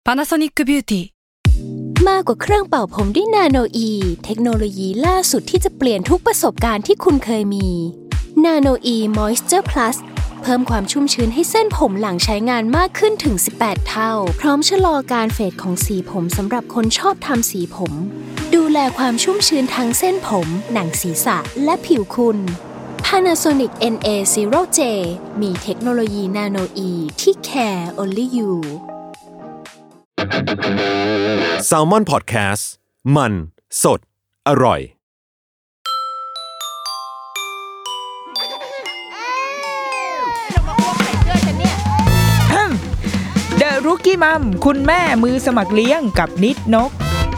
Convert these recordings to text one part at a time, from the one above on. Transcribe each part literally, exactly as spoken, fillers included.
Panasonic Beauty มากกว่าเครื่องเป่าผมด้วยนาโนอีเทคโนโลยีล่าสุดที่จะเปลี่ยนทุกประสบการณ์ที่คุณเคยมีนาโนอีมอยส์เจอร์พลัสเพิ่มความชุ่มชื้นให้เส้นผมหลังใช้งานมากขึ้นถึงสิบแปดเท่าพร้อมชะลอการเฟดของสีผมสำหรับคนชอบทำสีผมดูแลความชุ่มชื้นทั้งเส้นผมหนังศีรษะและผิวคุณ Panasonic เอ็น เอ ศูนย์ เจ มีเทคโนโลยีนาโนอีที่ care only you Salmon Podcast มันสดอร่อย The Rookie Mom คุณแม่มือสมัครเลี้ยงกับนิดนก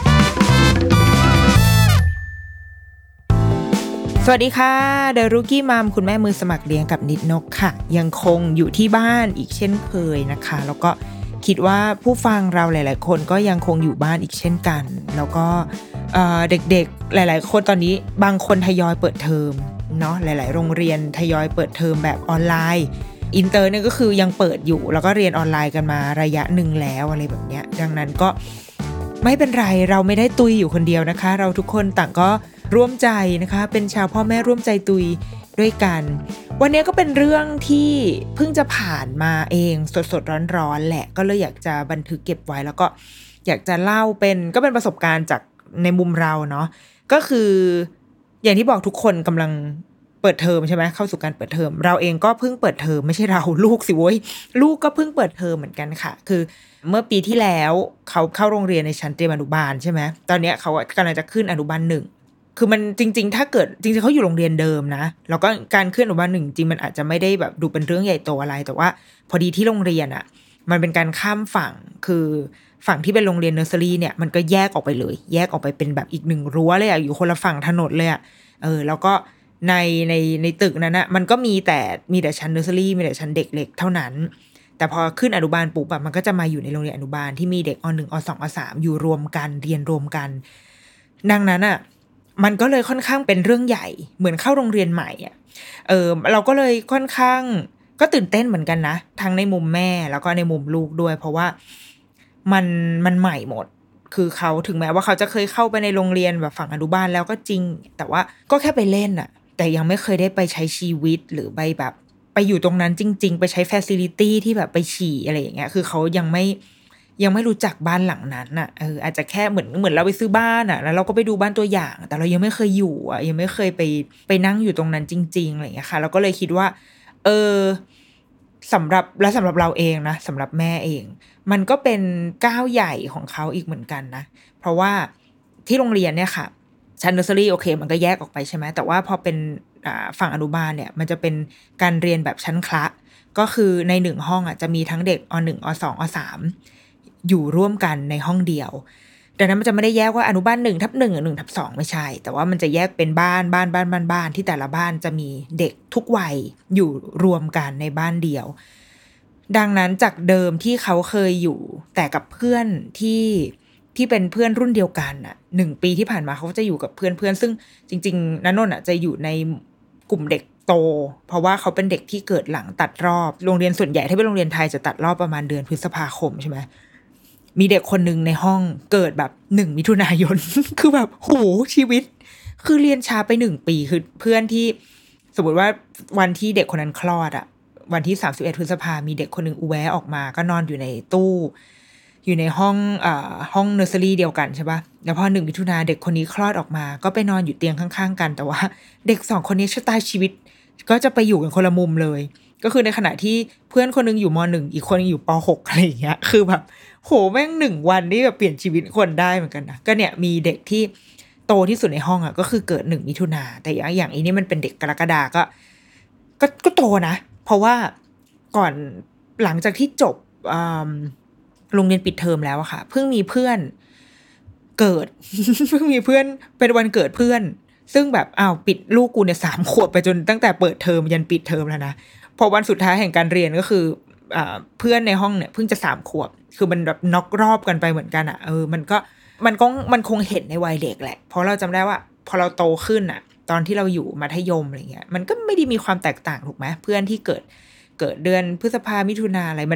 สวัสดีค่ะ The Rookie Mom คุณแม่มือสมัครเลี้ยงกับนิดนกค่ะยังคงอยู่ที่บ้านอีกเช่นเคยนะคะแล้วก็คิดว่าผู้ฟังเราหลายๆคนก็ยังคงอยู่บ้านอีกเช่นกันแล้วก็เด็กๆหลายๆคนตอนนี้บางคนทยอยเปิดเทอมเนาะหลายๆโรงเรียนทยอยเปิดเทอมแบบออนไลน์อินเตอร์เนี่ยก็คือยังเปิดอยู่แล้วก็เรียนออนไลน์กันมาระยะหนึ่งแล้วอะไรแบบเนี้ยดังนั้นก็ไม่เป็นไรเราไม่ได้ตุยอยู่คนเดียวนะคะเราทุกคนต่างก็ร่วมใจนะคะเป็นชาวพ่อแม่ร่วมใจตุยด้วยกันวันนี้ก็เป็นเรื่องที่เพิ่งจะผ่านมาเองสดๆร้อนๆแหละก็เลยอยากจะบันทึกเก็บไว้แล้วก็อยากจะเล่าเป็นก็เป็นประสบการณ์จากในมุมเราเนาะก็คืออย่างที่บอกทุกคนกำลังเปิดเทอมใช่ไหมเข้าสู่การเปิดเทอมเราเองก็เพิ่งเปิดเทอมไม่ใช่เราลูกสิโว้ยลูกก็เพิ่งเปิดเทอมเหมือนกันค่ะคือเมื่อปีที่แล้วเขาเข้าโรงเรียนในชั้นเตรียมอนุบาลใช่ไหมตอนนี้เขากำลังจะขึ้นอนุบาลหนึ่งคือมันจริงๆถ้าเกิดจริงๆเขาอยู่โรงเรียนเดิมนะแล้วก็การขึ้นอนุบาลหนึ่งจริงมันอาจจะไม่ได้แบบดูเป็นเรื่องใหญ่โตอะไรแต่ว่าพอดีที่โรงเรียนอ่ะมันเป็นการข้ามฝั่งคือฝั่งที่เป็นโรงเรียนเนอร์เซอรี่เนี่ยมันก็แยกออกไปเลยแยกออกไปเป็นแบบอีกหนึ่งรั้วเลยอ่ะอยู่คนละฝั่งถนนเลยอ่ะเออแล้วก็ในในในตึกนั้นนะมันก็มีแต่มีแต่ชั้นเนอร์เซอรี่มีแต่ชั้นเด็กเล็กเท่านั้นแต่พอขึ้นอนุบาลปุ๊บแบบมันก็จะมาอยู่ในโรงเรียนอนุบาลที่มีเด็กอ.หนึ่ง อ.สอง อ.สาม อยู่รวมกันเรียนรวมกันดังนั้นอ่ะมันก็เลยค่อนข้างเป็นเรื่องใหญ่เหมือนเข้าโรงเรียนใหม่อ่ะเออเราก็เลยค่อนข้างก็ตื่นเต้นเหมือนกันนะทั้งในมุมแม่แล้วก็ในมุมลูกด้วยเพราะว่ามันมันใหม่หมดคือเขาถึงแม้ว่าเขาจะเคยเข้าไปในโรงเรียนแบบฝั่งอนุบาลแล้วก็จริงแต่ว่าก็แค่ไปเล่นอ่ะแต่ยังไม่เคยได้ไปใช้ชีวิตหรือไปแบบไปอยู่ตรงนั้นจริงๆไปใช้ facility ที่แบบไปฉี่อะไรอย่างเงี้ยคือเขายังไม่ยังไม่รู้จักบ้านหลังนั้นอ่ะเอออาจจะแค่เหมือนเหมือนเราไปซื้อบ้านอ่ะแล้วเราก็ไปดูบ้านตัวอย่างแต่เรายังไม่เคยอยู่อ่ะยังไม่เคยไปไปนั่งอยู่ตรงนั้นจริงๆอะไรอย่างเงี้ยค่ะเราก็เลยคิดว่าเออสำหรับและสำหรับเราเองนะสำหรับแม่เองมันก็เป็นก้าวใหญ่ของเขาอีกเหมือนกันนะเพราะว่าที่โรงเรียนเนี่ยค่ะชั้นเนอร์เซอรี่โอเคมันก็แยกออกไปใช่ไหมแต่ว่าพอเป็นฝั่งอนุบาลเนี่ยมันจะเป็นการเรียนแบบชั้นคละก็คือในหนึ่งห้องอ่ะจะมีทั้งเด็กอ.หนึ่ง อ.สอง อ.สามอยู่ร่วมกันในห้องเดียวดังนั้นมันจะไม่ได้แยกว่าอนุบาลหนึ่งทับหนึ่งหรือหนึ่งทับสองไม่ใช่แต่ว่ามันจะแยกเป็นบ้านบ้านบ้านบ้านบ้านที่แต่ละบ้านจะมีเด็กทุกวัยอยู่รวมกันในบ้านเดียวดังนั้นจากเดิมที่เขาเคยอยู่แต่กับเพื่อนที่ที่เป็นเพื่อนรุ่นเดียวกันอ่ะหนึ่งปีที่ผ่านมาเขาจะอยู่กับเพื่อนเพื่อนซึ่งจริงๆณนนท์อ่ะจะอยู่ในกลุ่มเด็กโตเพราะว่าเขาเป็นเด็กที่เกิดหลังตัดรอบโรงเรียนส่วนใหญ่ถ้าเป็นโรงเรียนไทยจะตัดรอบประมาณเดือนพฤษภาคมใช่ไหมมีเด็กคนนึงในห้องเกิดแบบหนึ่งมิถุนายน คือแบบโหชีวิตคือเรียนช้าไปหนึ่งปีคือเพื่อนที่สมมติว่าวันที่เด็กคนนั้นคลอดอ่ะวันที่สามสิบเอ็ดพฤษภามีเด็กคนนึงอุแวะออกมาก็นอนอยู่ในตู้อยู่ในห้องอ่าห้องเนอร์เซอรี่เดียวกันใช่ป่ะแล้วพอหนึ่งมิถุนาเด็กคนนี้คลอดออกมาก็ไปนอนอยู่เตียงข้างๆกันแต่ว่าเด็กสองคนนี้ชะตาชีวิตก็จะไปอยู่กันคนละมุมเลยก็คือในขณะที่เพื่อนคนนึงอยู่ม.หนึ่งอีกคนนึงอยู่ป.หกอะไรอย่างเงี้ยคือแบบโหแม่งหนึ่งวันนี่แบบเปลี่ยนชีวิตคนได้เหมือนกันนะก็เนี่ยมีเด็กที่โตที่สุดในห้องอ่ะก็คือเกิดหนึ่งมิถุนาแต่อย่างอย่างอีนี่มันเป็นเด็กกรกฎาก็ก็ก็โตนะเพราะว่าก่อนหลังจากที่จบโรงเรียนปิดเทอมแล้วอะค่ะเพิ่งมีเพื่อนเกิด เพิ่งมีเพื่อนเป็นวันเกิดเพื่อนซึ่งแบบอ้าวปิดลูกกูเนี่ยสามขวบไปจนตั้งแต่เปิดเทอมยันปิดเทอมแล้วนะพอวันสุดท้ายแห่งการเรียนก็คืออ่าเพื่อนในห้องเนี่ยเพิ่งจะสามขวบคือมันแบบน็อกรอบกันไปเหมือนกันอะเออมันก็มันก็มันคงเห็นในวัยเด็กแหละเพราะเราจำได้ว่าพอเราโตขึ้นอะตอนที่เราอยู่มัธยมอะไรเงี้ยมันก็ไม่ได้มีความแตกต่างถูกไหมเพื่อนที่เกิดเกิดเดือนพฤษภามิถุนาอะไรมัน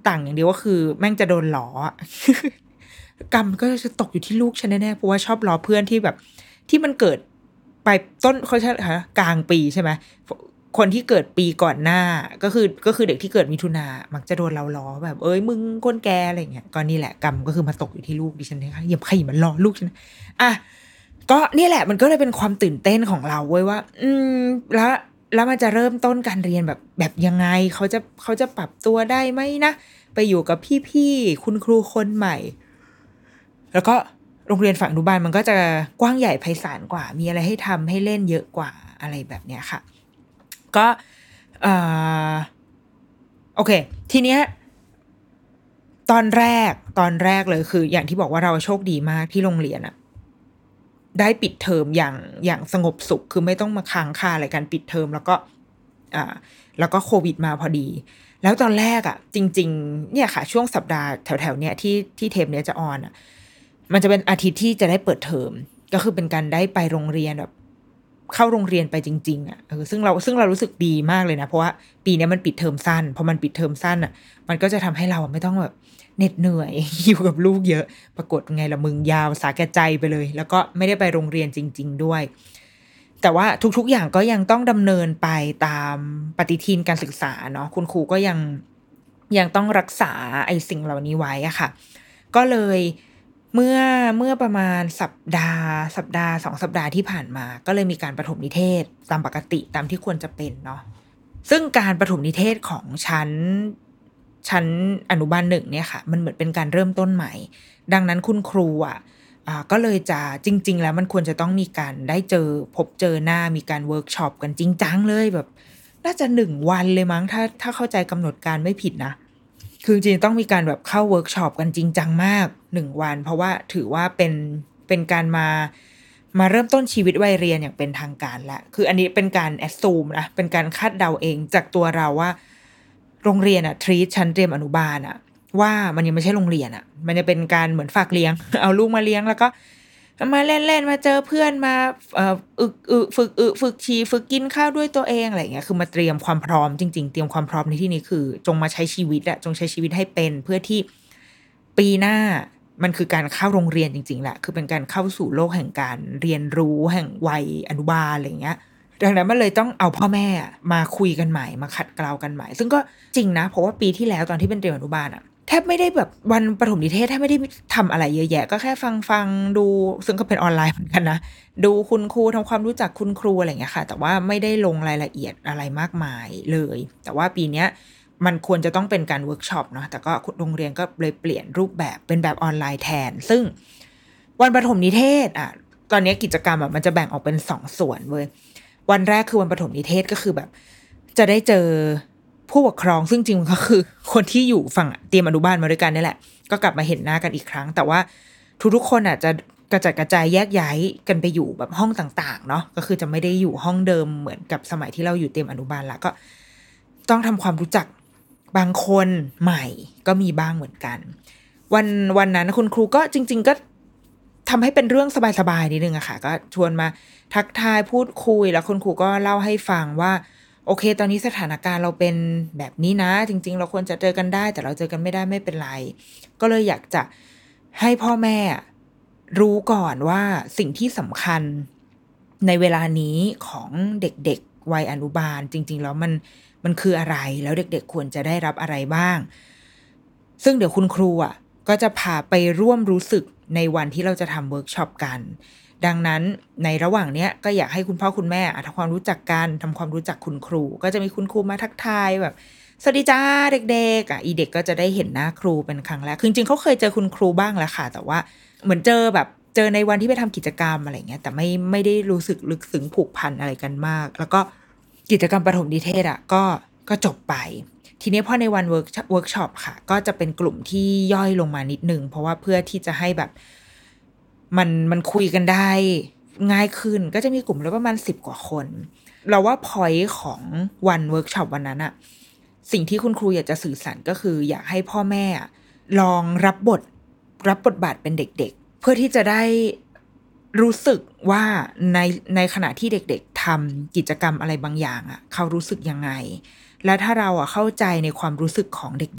ต่างอย่างเดียวก็คือแม่งจะโดนล้อ กรรมก็จะตกอยู่ที่ลูกฉันแน่ๆเพราะว่าชอบล้อเพื่อนที่แบบที่มันเกิดไปต้นเขาใช่ค่ะกลางปีใช่ไหมคนที่เกิดปีก่อนหน้าก็คือก็คือเด็กที่เกิดมิถุนามักจะโดนเราล้อแบบเอ้ยมึงก้นแกอะไรเงี้ยก็นี่แหละกรรมก็คือมาตกอยู่ที่ลูกดิฉันนะคะอย่าใครมันล้อลูกฉันอ่ะก็นี่แหละมันก็เลยเป็นความตื่นเต้นของเราเว้ยว่าอืมแล้วแล้วมันจะเริ่มต้นการเรียนแบบแบบยังไงเขาจะเขาจะปรับตัวได้ไหมนะไปอยู่กับพี่ๆคุณครูคนใหม่แล้วก็โรงเรียนฝั่งอนุบาลมันก็จะกว้างใหญ่ไพศาลกว่ามีอะไรให้ทำให้เล่นเยอะกว่าอะไรแบบเนี้ยค่ะก็เอ่อโอเคทีเนี้ยตอนแรกตอนแรกเลยคืออย่างที่บอกว่าเราโชคดีมากที่โรงเรียนอะได้ปิดเทอมอย่างอย่างสงบสุขคือไม่ต้องมาค้างคาอะไรกันปิดเทอมแล้วก็อ่าแล้วก็โควิดมาพอดีแล้วตอนแรกอะจริงๆเนี่ยค่ะช่วงสัปดาห์แถวๆเนี้ยที่ที่เทปเนี้ยจะออนอะมันจะเป็นอาทิตย์ที่จะได้เปิดเทอมก็คือเป็นการได้ไปโรงเรียนแบบเข้าโรงเรียนไปจริงๆอ่ะเออซึ่งเราซึ่งเรารู้สึกดีมากเลยนะเพราะว่าปีนี้มันปิดเทอมสั้นพอมันปิดเทอมสั้นอ่ะมันก็จะทำให้เราไม่ต้องแบบเหน็ดเหนื่อย อยู่กับลูกเยอะปรากฏไงละมึงยาวสาแก่ใจไปเลยแล้วก็ไม่ได้ไปโรงเรียนจริงๆด้วยแต่ว่าทุกๆอย่างก็ยังต้องดำเนินไปตามปฏิทินการศึกษาเนาะคุณครูก็ยังยังต้องรักษาไอ้สิ่งเหล่านี้ไว้อะค่ะก็เลยเมื่อเมื่อประมาณสัปดาห์สัปดาห์สองสัปดาห์ที่ผ่านมาก็เลยมีการประถมนิเทศตามปกติตามที่ควรจะเป็นเนาะซึ่งการประถมนิเทศของชั้นชั้นอนุบาลหนึ่งเนี่ยค่ะมันเหมือนเป็นการเริ่มต้นใหม่ดังนั้นคุณครูอ่ะอ่าก็เลยจะจริงๆแล้วมันควรจะต้องมีการได้เจอพบเจอหน้ามีการเวิร์กช็อปกันจริงจังเลยแบบน่าจะหนึ่งวันเลยมั้งถ้าถ้าเข้าใจกำหนดการไม่ผิดนะคือจริงๆต้องมีการแบบเข้าเวิร์กช็อปกันจริงจังมากหนึ่งวันเพราะว่าถือว่าเป็นเป็นการมามาเริ่มต้นชีวิตวัยเรียนอย่างเป็นทางการแล้วคืออันนี้เป็นการแอสซูมนะเป็นการคาดเดาเองจากตัวเราว่าโรงเรียนอะทรีตชั้นเตรียมอนุบาลอะว่ามันยังไม่ใช่โรงเรียนอะมันจะเป็นการเหมือนฝากเลี้ยง เอาลูกมาเลี้ยงแล้วก็มาเล่นๆมาเจอเพื่อนมาเอ่ออึอึฝึกอึฝึกฉี่ฝึกกินข้าวด้วยตัวเองอะไรอย่างเงี้ยคือมาเตรียมความพร้อมจริงๆเตรียมความพร้อมในที่นี้คือจงมาใช้ชีวิตอะจงใช้ชีวิตให้เป็นเพื่อที่ปีหน้ามันคือการเข้าโรงเรียนจริงๆแหละคือเป็นการเข้าสู่โลกแห่งการเรียนรู้แห่งวัยอนุบาลอะไรอย่างเงี้ยดังนั้นมันเลยต้องเอาพ่อแม่มาคุยกันใหม่มาขัดเกลากันใหม่ซึ่งก็จริงนะเพราะว่าปีที่แล้วตอนที่เป็นเตรียมอนุบาลอะแทบไม่ได้แบบวันประถมนิเทศแทบไม่ได้ทำอะไรเยอะแยะก็แค่ฟังฟังดูซึ่งก็เป็นออนไลน์เหมือนกันนะดูคุณครูทำความรู้จักคุณครูอะไรอย่างเงี้ยค่ะแต่ว่าไม่ได้ลงรายละเอียดอะไรมากมายเลยแต่ว่าปีเนี้ยมันควรจะต้องเป็นการเวิร์กช็อปเนาะแต่ก็โรงเรียนก็เลยเปลี่ยนรูปแบบเป็นแบบออนไลน์แทนซึ่งวันประถมนิเทศอ่ะตอนนี้กิจกรรมอ่ะมันจะแบ่งออกเป็นสองส่วนเว้ยวันแรกคือวันประถมนิเทศก็คือแบบจะได้เจอผู้ปกครองซึ่งจริงก็คือคนที่อยู่ฝั่งเตรียมอนุบาลมาด้วยกันนี่แหละก็กลับมาเห็นหน้ากันอีกครั้งแต่ว่าทุกๆคนอ่ะจะกระจัดกระจายแยกย้ายกันไปอยู่แบบห้องต่างๆเนาะก็คือจะไม่ได้อยู่ห้องเดิมเหมือนกับสมัยที่เราอยู่เตรียมอนุบาลละก็ต้องทำความรู้จักบางคนใหม่ก็มีบ้างเหมือนกันวันวันนั้นคุณครูก็จริงๆก็ทำให้เป็นเรื่องสบายๆนิดนึงอะค่ะก็ชวนมาทักทายพูดคุยแล้วคุณครูก็เล่าให้ฟังว่าโอเคตอนนี้สถานการณ์เราเป็นแบบนี้นะจริงๆเราควรจะเจอกันได้แต่เราเจอกันไม่ได้ไม่เป็นไรก็เลยอยากจะให้พ่อแม่รู้ก่อนว่าสิ่งที่สำคัญในเวลานี้ของเด็กๆวัยอนุบาลจริงๆแล้วมันมันคืออะไรแล้วเด็กๆควรจะได้รับอะไรบ้างซึ่งเดี๋ยวคุณครูอ่ะก็จะพาไปร่วมรู้สึกในวันที่เราจะทำเวิร์กช็อปกันดังนั้นในระหว่างเนี้ยก็อยากให้คุณพ่อคุณแม่ทำความรู้จักกันทำความรู้จักคุณครูก็จะมีคุณครูมาทักทายแบบสวัสดีจ้าเด็กๆอ่ะอีเด็กก็จะได้เห็นหน้าครูเป็นครั้งแรกคือจริงๆเขาเคยเจอคุณครูบ้างแล้วค่ะแต่ว่าเหมือนเจอแบบเจอในวันที่ไปทำกิจกรรมอะไรเงี้ยแต่ไม่ไม่ได้รู้สึกลึกซึ้งผูกพันอะไรกันมากแล้วก็กิจกรรมประถมนิเทศอ่ะก็ก็จบไปทีนี้พอในวันเวิร์กเวิร์กช็อปค่ะก็จะเป็นกลุ่มที่ย่อยลงมานิดนึงเพราะว่าเพื่อที่จะให้แบบมันมันคุยกันได้ง่ายขึ้นก็จะมีกลุ่มแล้วประมาณสิบกว่าคนเราว่าพอยต์ของวันเวิร์กช็อปวันนั้นอะสิ่งที่คุณครูอยากจะสื่อสารก็คืออยากให้พ่อแม่ลองรับบทรับบทบาทเป็นเด็กๆเพื่อที่จะได้รู้สึกว่าในในขณะที่เด็กๆทำกิจกรรมอะไรบางอย่างอะเขารู้สึกยังไงและถ้าเราอะเข้าใจในความรู้สึกของเด็ก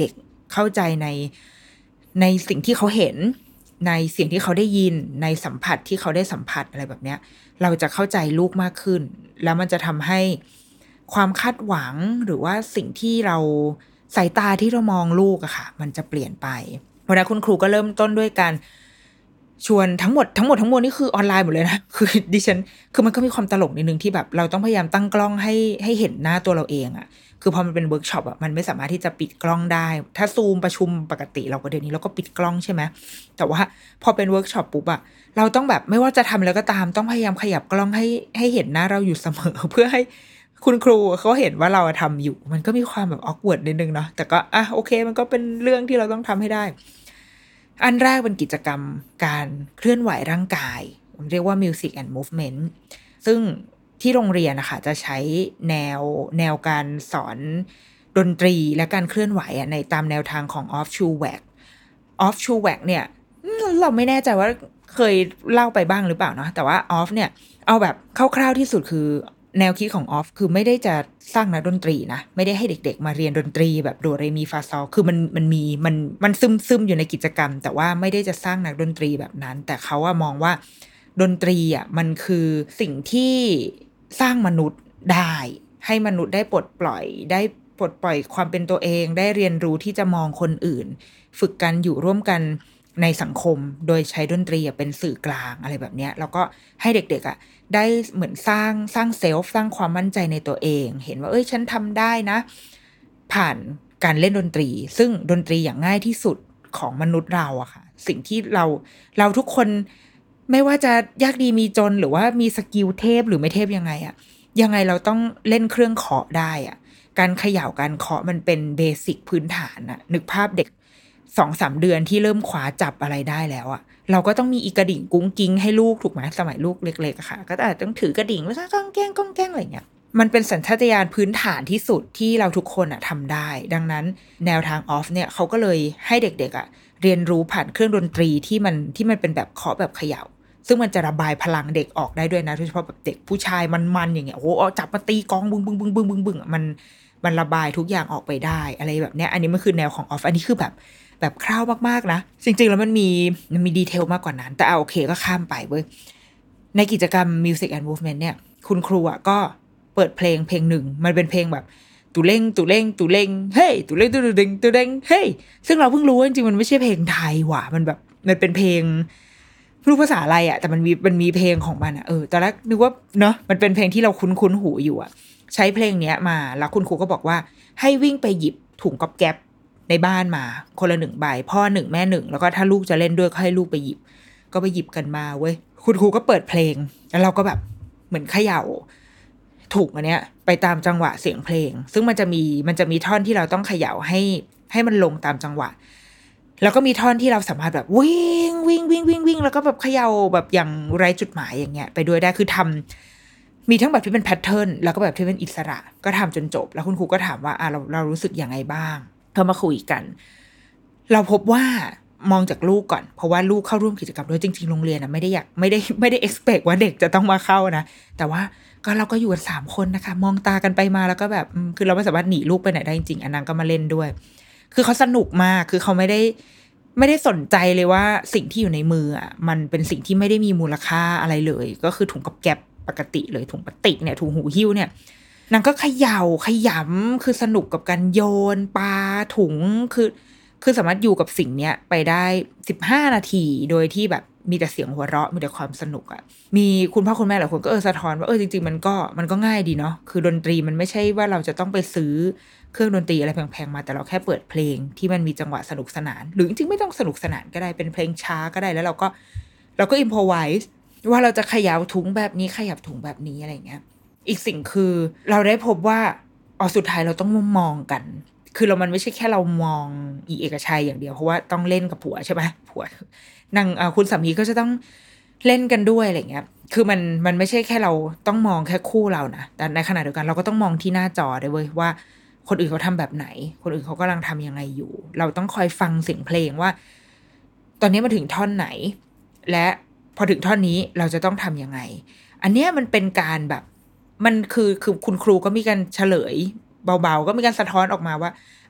เข้าใจในในสิ่งที่เขาเห็นในเสียงที่เขาได้ยินในสัมผัสที่เขาได้สัมผัสอะไรแบบเนี้ยเราจะเข้าใจลูกมากขึ้นแล้วมันจะทำให้ความคาดหวังหรือว่าสิ่งที่เราสายตาที่เรามองลูกอะค่ะมันจะเปลี่ยนไปวันนั้นคุณครูก็เริ่มต้นด้วยการชวนทั้งหมดทั้งหมดทั้งมวลนี่คือออนไลน์หมดเลยนะคือดิฉันคือมันก็มีความตลกนิดนึงที่แบบเราต้องพยายามตั้งกล้องให้ให้เห็นหน้าตัวเราเองอะคือพอมันเป็นเวิร์กช็อปอะมันไม่สามารถที่จะปิดกล้องได้ถ้าซูมประชุมปกติเราก็เดี๋ยวนี้เราก็ปิดกล้องใช่ไหมแต่ว่าพอเป็นเวิร์กช็อปปุ๊บอะเราต้องแบบไม่ว่าจะทำแล้วก็ตามต้องพยายามขยับกล้องให้ให้เห็นหน้าเราอยู่เสมอเพื่อให้คุณครูเขาเห็นว่าเราทำอยู่มันก็มีความแบบออกเวิร์ดนิดนึงเนาะแต่ก็อ่ะโอเคมันก็เป็นเรื่องที่เราต้องทำให้ได้อันแรกเป็นกิจกรรมการเคลื่อนไหวร่างกายเรียกว่า music and movement ซึ่งที่โรงเรียนนะคะจะใช้แนวแนวการสอนดนตรีและการเคลื่อนไหวในตามแนวทางของ Off Schuwag Off Schuwag เนี่ยเราไม่แน่ใจว่าเคยเล่าไปบ้างหรือเปล่าเนาะแต่ว่า Off เนี่ยเอาแบบคร่าวๆที่สุดคือแนวคิดของ Off คือไม่ได้จะสร้างนักดนตรีนะไม่ได้ให้เด็กๆมาเรียนดนตรีแบบโดเรมีฟาซอลคือมันมันมีมันมันซึมๆอยู่ในกิจกรรมแต่ว่าไม่ได้จะสร้างนักดนตรีแบบนั้นแต่เขาว่ามองว่าดนตรีอ่ะมันคือสิ่งที่สร้างมนุษย์ได้ให้มนุษย์ได้ปลดปล่อยได้ปลดปล่อยความเป็นตัวเองได้เรียนรู้ที่จะมองคนอื่นฝึกกันอยู่ร่วมกันในสังคมโดยใช้ดนตรีเป็นสื่อกลางอะไรแบบนี้แล้วก็ให้เด็กๆอ่ะได้เหมือนสร้างสร้างเซลฟ์สร้างความมั่นใจในตัวเองเห็นว่าเอ้ยฉันทำได้นะผ่านการเล่นดนตรีซึ่งดนตรีอย่างง่ายที่สุดของมนุษย์เราอะค่ะสิ่งที่เราเราทุกคนไม่ว่าจะยากดีมีจนหรือว่ามีสกิลเทพหรือไม่เทพยังไงอะยังไงเราต้องเล่นเครื่องเคาะได้อะการเขย่าการเคาะมันเป็นเบสิกพื้นฐานอะนึกภาพเด็ก สองสาม เดือนที่เริ่มคว้าจับอะไรได้แล้วอะเราก็ต้องมีอีกระดิ่งกุ้งกิ้งให้ลูกถูกไหมสมัยลูกเล็กๆอะค่ะก็อาจจะต้องถือกระดิ่งแล้วก็ก้องแก้งก้องแก้งอะไรเงี้ยมันเป็นสัญชาตญาณพื้นฐานที่สุดที่เราทุกคนอะทำได้ดังนั้นแนวทาง Off เนี่ยเขาก็เลยให้เด็กๆอะเรียนรู้ผ่านเครื่องดนตรีที่มันที่มันเป็นแบบเคาะแบบเขย่าซึ่งมันจะระบายพลังเด็กออกได้ด้วยนะโดยเฉพาะแบบเด็กผู้ชายมันๆอย่างเงี้ยโอ้โหจับมาตีกองบึ้งบึ้งบึ้งบึ้งบึ้งบึ้งมันมันระบายทุกอย่างออกไปได้อะไรแบบเนี้ยอันนี้มันคือแนวของ Off อันนี้คือแบบแบบคร่าวมากๆนะจริงๆแล้วมันมีมันมีดีเทลมากกว่านั้นแต่เอาโอเคก็ข้ามไปเว้ยในกิจกรรม Music and Movement เนี่ยคุณครูอ่ะก็เปิดเพลงเพลงหนึ่งมันเป็นเพลงแบบตุเล่งตุเล่งตุเล่งเฮ้ยตุเล่งตุเล่งตุเล่งเฮ้ยซึ่งเราเพิ่งรู้ว่าจริงๆมันไม่ใช่เพลงไทยว่ะมันแบบมันเป็นเพลงไม่รู้ภาษาอะไรอ่ะแต่มันมีมันมีเพลงของมันอ่ะเออตอนแรกนึกว่าเนาะมันเป็นเพลงที่เราคุ้นๆหูอยู่อ่ะใช้เพลงเนี้ยมาแล้วคุณครูก็บอกว่าให้วิ่งไปหยิบถุงก๊อบแก๊บในบ้านมาคนละหนึ่งใบพ่อหนึ่งแม่หนึ่งแล้วก็ถ้าลูกจะเล่นด้วยก็ให้ลูกไปหยิบก็ไปหยิบกันมาเว้ยคุณครูก็เปิดเพลงแล้วเราก็แบบเหมือนเขย่าถุงอันเนี้ยไปตามจังหวะเสียงเพลงซึ่งมันจะมีมันจะมีท่อนที่เราต้องเขย่าให้ให้มันลงตามจังหวะแล้วก็มีท่อนที่เราสามารถแบบวิ่งวิ่งวิ่งวิ่งวิ่งแล้วก็แบบเขย่าแบบอย่างไร้จุดหมายอย่างเงี้ยไปด้วยได้คือทำมีทั้งแบบที่เป็นแพทเทิร์นแล้วก็แบบที่เป็นอิสระก็ทำจนจบแล้วคุณครูก็ถามว่าอ่ะเราเรารู้สึกยังไงบ้างก็มาคุยกันเราพบว่ามองจากลูกก่อนเพราะว่าลูกเข้าร่วมกิจกรรมด้วยจริงๆโรงเรียนนะไม่ได้อยากไม่ได้ไม่ได้ expect ว่าเด็กจะต้องมาเข้านะแต่ว่าก็เราก็อยู่กันสามคนนะคะมองตากันไปมาแล้วก็แบบคือเราไม่สามารถหนีลูกไปไหนได้จริงๆอันนั้นก็มาเล่นด้วยคือเขาสนุกมากคือเขาไม่ได้ไม่ได้สนใจเลยว่าสิ่งที่อยู่ในมืออ่ะมันเป็นสิ่งที่ไม่ได้มีมูลค่าอะไรเลยก็คือถุงกับแก๊บปกติเลยถุงพลาสติกเนี่ยถุงหูหิ้วเนี่ยนางก็เขย่าขยำคือสนุกกับการโยนปลาถุงคือคือสามารถอยู่กับสิ่งเนี้ยไปได้สิบห้านาทีโดยที่แบบมีแต่เสียงหัวเราะมีแต่ความสนุกอ่ะมีคุณพ่อคุณแม่หลายคนก็เออสะท้อนว่าเออจริงๆมันก็มันก็ง่ายดีเนาะคือดนตรีมันไม่ใช่ว่าเราจะต้องไปซื้อเครื่องดนตรีอะไรแพงๆมาแต่เราแค่เปิดเพลงที่มันมีจังหวะสนุกสนานหรือจริงๆไม่ต้องสนุกสนานก็ได้เป็นเพลงช้าก็ได้แล้วเราก็เราก็อิมโพรไวส์ว่าเราจะขยับถุงแบบนี้ขยับถุงแบบนี้อะไรเงี้ยอีกสิ่งคือเราได้พบว่าอ๋อสุดท้ายเราต้องมองกันคือเรามันไม่ใช่แค่เรามองอีเอกชัยอย่างเดียวเพราะว่าต้องเล่นกับผัวใช่ไหมผัวนางคุณสามีก็จะต้องเล่นกันด้วยอะไรเงี้ยคือมันมันไม่ใช่แค่เราต้องมองแค่คู่เรานะแต่ในขณะเดียวกันเราก็ต้องมองที่หน้าจอด้วยเว้ยว่าคนอื่นเขาทำแบบไหนคนอื่นเขากำลังทำยังไงอยู่เราต้องคอยฟังเสียงเพลงว่าตอนนี้มาถึงท่อนไหนและพอถึงท่อนนี้เราจะต้องทำยังไงอันเนี้ยมันเป็นการแบบมันคือคือคุณครูก็มีการเฉลยเบาๆก็มีการสะท้อนออกมาว่า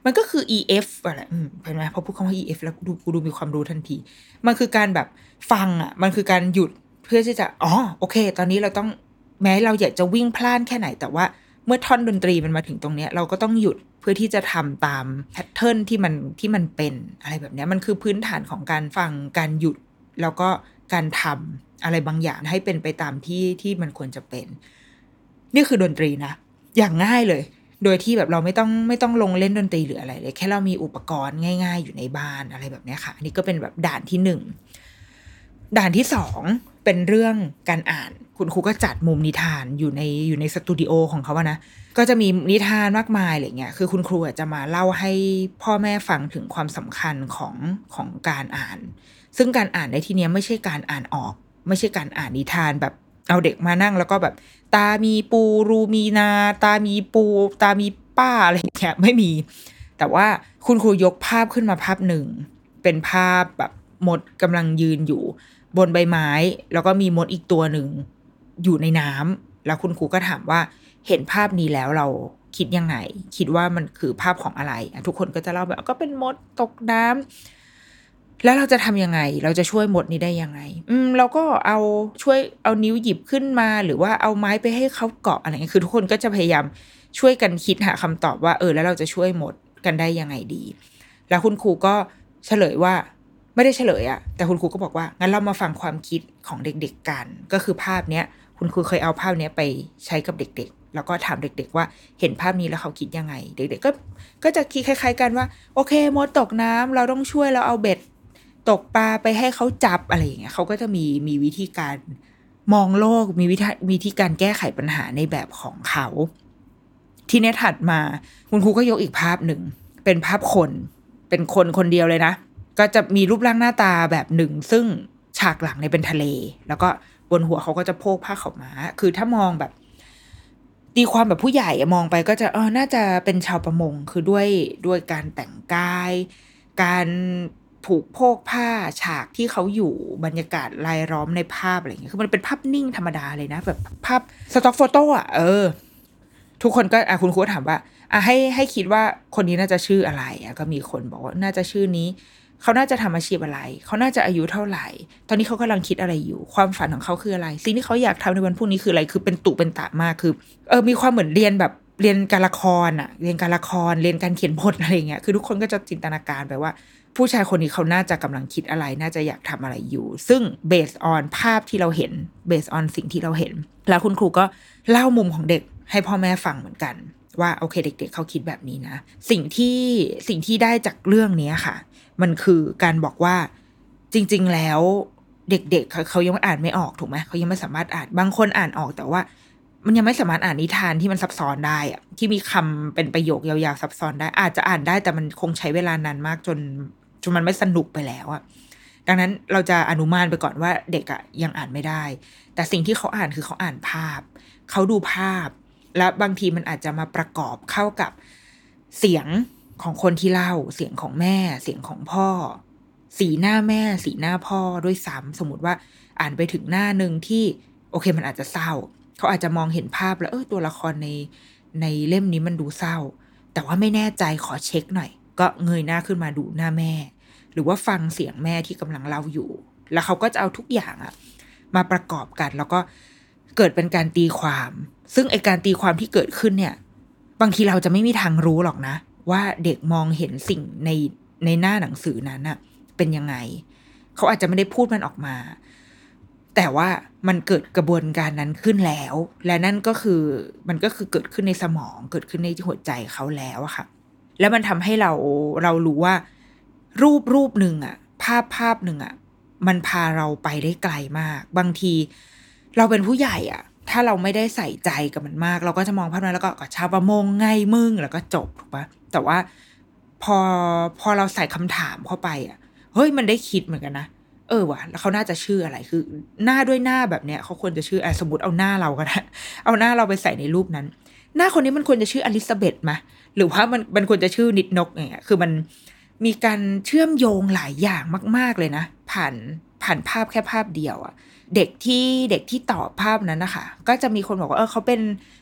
มันก็คือ อี เอฟ อะไรเห็นไหมพอพูดคำว่า อี เอฟ แล้วกูดูกูดูมีความรู้ทันทีมันคือการแบบฟังอ่ะมันคือการหยุดเพื่อที่จะอ๋อโอเคตอนนี้เราต้องแม้เราอยากจะวิ่งพล่านแค่ไหนแต่ว่าเมื่อท่อนดนตรีมันมาถึงตรงเนี้ยเราก็ต้องหยุดเพื่อที่จะทำตามแพทเทิร์นที่มันที่มันเป็นอะไรแบบนี้มันคือพื้นฐานของการฟังการหยุดแล้วก็การทำอะไรบางอย่างให้เป็นไปตามที่ที่มันควรจะเป็นนี่คือดนตรีนะอย่างง่ายเลยโดยที่แบบเราไม่ต้องไม่ต้องลงเล่นดนตรีหรืออะไรเลยแค่เรามีอุปกรณ์ง่ายๆอยู่ในบ้านอะไรแบบนี้ค่ะอันนี้ก็เป็นแบบด่านที่หนึ่งด่านที่สองเป็นเรื่องการอ่านคุณครูก็จัดมุมนิทานอยู่ในอยู่ในสตูดิโอของเขาอะนะก็จะมีนิทานมากมายอะไรเงี้ยคือคุณครูจะมาเล่าให้พ่อแม่ฟังถึงความสำคัญของของการอ่านซึ่งการอ่านในที่นี้ไม่ใช่การอ่านออกไม่ใช่การอ่านนิทานแบบเอาเด็กมานั่งแล้วก็แบบตามีปูรูมีนาตามีปูตามีป้าอะไรอย่างเงี้ยไม่มีแต่ว่าคุณครูยกภาพขึ้นมาภาพหนึ่งเป็นภาพแบบมดกำลังยืนอยู่บนใบไม้แล้วก็มีมดอีกตัวหนึ่งอยู่ในน้ำแล้วคุณครูก็ถามว่าเห็นภาพนี้แล้วเราคิดยังไงคิดว่ามันคือภาพของอะไรทุกคนก็จะเล่าแบบก็เป็นมดตกน้ำแล้วเราจะทำยังไงเราจะช่วยมดนี้ได้ยังไงอืมเราก็เอาช่วยเอานิ้วหยิบขึ้นมาหรือว่าเอาไม้ไปให้เขาเกาะอะไรเงี้ยคือทุกคนก็จะพยายามช่วยกันคิดหาคำตอบว่าเออแล้วเราจะช่วยมดกันได้ยังไงดีแล้วคุณครูก็เฉลยว่าไม่ได้เฉลยอะแต่คุณครูก็บอกว่างั้นเรามาฟังความคิดของเด็กๆกันก็คือภาพเนี้ยคุณครูเคยเอาภาพเนี้ยไปใช้กับเด็กๆแล้วก็ถามเด็กๆว่าเห็นภาพนี้แล้วเขาคิดยังไงเด็กๆก็ก็จะคิดคล้ายๆกันว่าโอเคมดตกน้ำเราต้องช่วยเราเอาเบ็ดตกปลาไปให้เขาจับอะไรอย่างเงี้ยเขาก็จะมีมีวิธีการมองโลกมีวิธีวิธีการแก้ไขปัญหาในแบบของเขาทีนี้ถัดมาคุณครูก็ยกอีกภาพหนึ่งเป็นภาพคนเป็นคนคนเดียวเลยนะก็จะมีรูปร่างหน้าตาแบบหนึ่งซึ่งฉากหลังเนี่ยเป็นทะเลแล้วก็บนหัวเขาก็จะโพกผ้าขาวม้าคือถ้ามองแบบตีความแบบผู้ใหญ่มองไปก็จะเออน่าจะเป็นชาวประมงคือด้วยด้วยการแต่งกายการผูกโพกผ้าฉากที่เขาอยู่บรรยากาศรายล้อมในภาพอะไรอย่างเงี้ยคือมันเป็นภาพนิ่งธรรมดาเลยนะแบบภาพสต็อกโฟโต้อ่ะเออทุกคนก็อ่ะคุณครูถามว่าอ่ะให้ให้คิดว่าคนนี้น่าจะชื่ออะไรอ่ะก็มีคนบอกว่าน่าจะชื่อนี้เขาน่าจะทำอาชีพอะไรเขาน่าจะอายุเท่าไหร่ตอนนี้เขากำลังคิดอะไรอยู่ความฝันของเขาคืออะไรสิ่งที่เขาอยากทำในวันพรุ่งนี้คืออะไรคือเป็นตุเป็นตะมากคือเออมีความเหมือนเรียนแบบเรียนการละครอ่ะเรียนการละครเรียนการเขียนบทอะไรเงี้ยคือทุกคนก็จะจินตนาการไปว่าผู้ชายคนนี้เขาน่าจะกำลังคิดอะไรน่าจะอยากทำอะไรอยู่ซึ่ง based on ภาพที่เราเห็น based on สิ่งที่เราเห็นแล้วคุณครูก็เล่ามุมของเด็กให้พ่อแม่ฟังเหมือนกันว่าโอเคเด็กๆเขาคิดแบบนี้นะสิ่งที่สิ่งที่ได้จากเรื่องนี้ค่ะมันคือการบอกว่าจริงๆแล้วเด็กๆ เขาเขายังอ่านไม่ออกถูกไหมเขายังไม่สามารถอ่านบางคนอ่านออกแต่ว่ามันยังไม่สามารถอ่านนิทานที่มันซับซ้อนได้อะที่มีคำเป็นประโยคยาวๆซับซ้อนได้อาจจะอ่านได้แต่มันคงใช้เวลานานมากจนจนมันไม่สนุกไปแล้วอะดังนั้นเราจะอนุมานไปก่อนว่าเด็กอะยังอ่านไม่ได้แต่สิ่งที่เขาอ่านคือเขาอ่านภาพเขาดูภาพและบางทีมันอาจจะมาประกอบเข้ากับเสียงของคนที่เล่าเสียงของแม่เสียงของพ่อสีหน้าแม่สีหน้าพ่อด้วยซ้ำสมมติว่าอ่านไปถึงหน้านึงที่โอเคมันอาจจะเศร้าเขาอาจจะมองเห็นภาพแล้วเออตัวละครในในเล่มนี้มันดูเศร้าแต่ว่าไม่แน่ใจขอเช็คหน่อยก็เงยหน้าขึ้นมาดูหน้าแม่หรือว่าฟังเสียงแม่ที่กำลังเล่าอยู่แล้วเขาก็จะเอาทุกอย่างอะมาประกอบกันแล้วก็เกิดเป็นการตีความซึ่งไอการตีความที่เกิดขึ้นเนี่ยบางทีเราจะไม่มีทางรู้หรอกนะว่าเด็กมองเห็นสิ่งในในหน้าหนังสือนั้นน่ะเป็นยังไงเขาอาจจะไม่ได้พูดมันออกมาแต่ว่ามันเกิดกระบวนการนั้นขึ้นแล้วและนั่นก็คือมันก็คือเกิดขึ้นในสมองเกิดขึ้นในหัวใจเขาแล้วอะค่ะแล้วมันทำให้เราเรารู้ว่ารูปรูปหนึ่งอะภาพภาพหนึ่งอะมันพาเราไปได้ไกลมากบางทีเราเป็นผู้ใหญ่อะถ้าเราไม่ได้ใส่ใจกับมันมากเราก็จะมองภาพนั้นแล้วก็ชาวประมงไงมึงแล้วก็จบถูกปะแต่ว่าพอพอเราใส่คำถามเข้าไปอ่ะเฮ้ยมันได้คิดเหมือนกันนะเออว่ะแล้วเขาน่าจะชื่ออะไรคือหน้าด้วยหน้าแบบเนี้ยเขาควรจะชื่ออ่ะสมมติเอาหน้าเราก็ได้เอาหน้าเราไปใส่ในรูปนั้นหน้าคนนี้มันควรจะชื่ออลิซาเบธไหมหรือว่ามันมันควรจะชื่อนิดนกอย่างเงี้ยคือมันมีการเชื่อมโยงหลายอย่างมากๆเลยนะผ่านผ่านภาพแค่ภาพเดียวอ่ะเด็กที่เด็กที่ตอบภาพนั้นนะคะก็จะมีคนบอกว่าเออเขาเป็น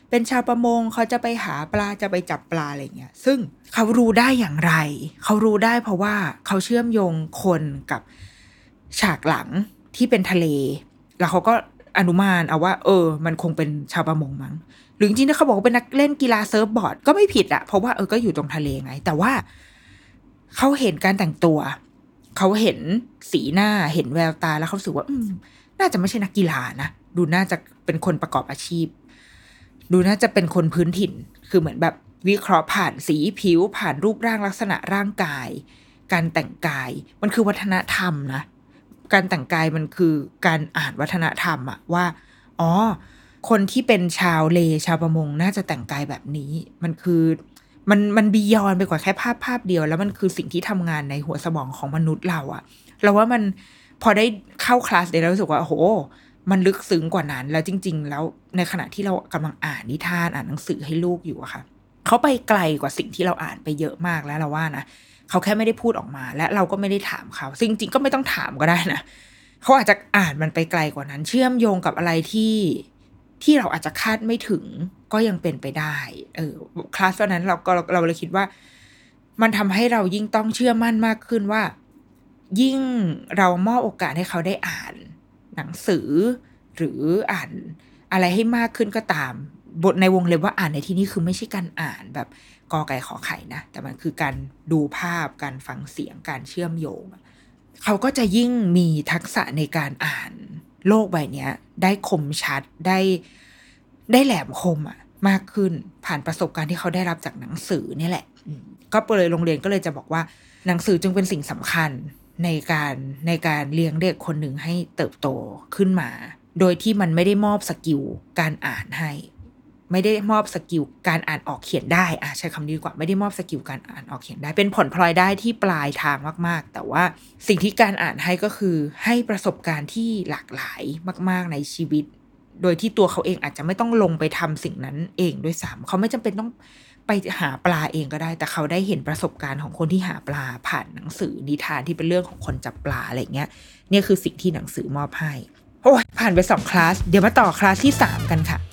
เป็นชาวประมงเขาจะไปหาปลาจะไปจับปลาอะไรเงี้ยซึ่งเขารู้ได้อย่างไรเขารู้ได้เพราะว่าเขาเชื่อมโยงคนกับฉากหลังที่เป็นทะเลแล้วเขาก็อนุมานเอาว่าเออมันคงเป็นชาวประมงมั้งหรือจริงๆถ้าเขาบอกว่าเป็นนักเล่นกีฬาเซิร์ฟบอร์ดก็ไม่ผิดอะเพราะว่าเออก็อยู่ตรงทะเลไงแต่ว่าเขาเห็นการแต่งตัวเขาเห็นสีหน้าเห็นแววตาแล้วเขาสึกว่าอืมน่าจะไม่ใช่นักกีฬานะดูน่าจะเป็นคนประกอบอาชีพดูน่าจะเป็นคนพื้นถิ่นคือเหมือนแบบวิเคราะห์ผ่านสีผิวผ่านรูปร่างลักษณะร่างกายการแต่งกายมันคือวัฒนธรรมนะการแต่งกายมันคือการอ่านวัฒนธรรมอะว่าอ๋อคนที่เป็นชาวเลชาวประมงน่าจะแต่งกายแบบนี้มันคือมันมันบียอนไปกว่าแค่ภาพภาพเดียวแล้วมันคือสิ่งที่ทำงานในหัวสมองของมนุษย์เราอะเราว่ามันพอได้เข้าคลาสเดี๋ยวเรารู้สึกว่าโอ้โหมันลึกซึ้งกว่านั้นแล้วจริงๆแล้วในขณะที่เรากำลังอ่านนิทานอ่านหนังสือให้ลูกอยู่อะค่ะเขาไปไกลกว่าสิ่งที่เราอ่านไปเยอะมากแล้วเราว่านะเขาแค่ไม่ได้พูดออกมาและเราก็ไม่ได้ถามเขาซึ่งจริงๆก็ไม่ต้องถามก็ได้นะเขาอาจจะอ่านมันไปไกลกว่านั้นเชื่อมโยงกับอะไรที่ที่เราอาจจะคาดไม่ถึงก็ยังเป็นไปได้เออคลาสนั้นเราก็เราเลยคิดว่ามันทำให้เรายิ่งต้องเชื่อมั่นมากขึ้นว่ายิ่งเรามอบโอกาสให้เขาได้อ่านหนังสือหรืออ่านอะไรให้มากขึ้นก็ตามบทในวงเล็บว่าอ่านในที่นี้คือไม่ใช่การอ่านแบบกอไก่ขอไข่นะแต่มันคือการดูภาพการฟังเสียงการเชื่อมโยงเขาก็จะยิ่งมีทักษะในการอ่านโลกใบนี้ได้คมชัดได้ได้แหลมคมอ่ะมากขึ้นผ่านประสบการณ์ที่เขาได้รับจากหนังสือนี่แหละก็เลยโรงเรียนก็เลยจะบอกว่าหนังสือจึงเป็นสิ่งสำคัญในการในการเลี้ยงเด็กคนหนึ่งให้เติบโตขึ้นมาโดยที่มันไม่ได้มอบสกิลการอ่านให้ไม่ได้มอบสกิลการอ่านออกเขียนได้อ่ะใช้คำนี้ดีกว่าไม่ได้มอบสกิลการอ่านออกเขียนได้เป็นผลพลอยได้ที่ปลายทางมากๆแต่ว่าสิ่งที่การอ่านให้ก็คือให้ประสบการณ์ที่หลากหลายมากๆในชีวิตโดยที่ตัวเขาเองอาจจะไม่ต้องลงไปทำสิ่งนั้นเองด้วยซ้ำเขาไม่จำเป็นต้องไปหาปลาเองก็ได้แต่เขาได้เห็นประสบการณ์ของคนที่หาปลาผ่านหนังสือนิทานที่เป็นเรื่องของคนจับปลาอะไรเงี้ยเนี่ยคือสิ่งที่หนังสือมอบให้โอ้ยผ่านไปสองคลาสเดี๋ยวมาต่อคลาสที่สามกันค่ะ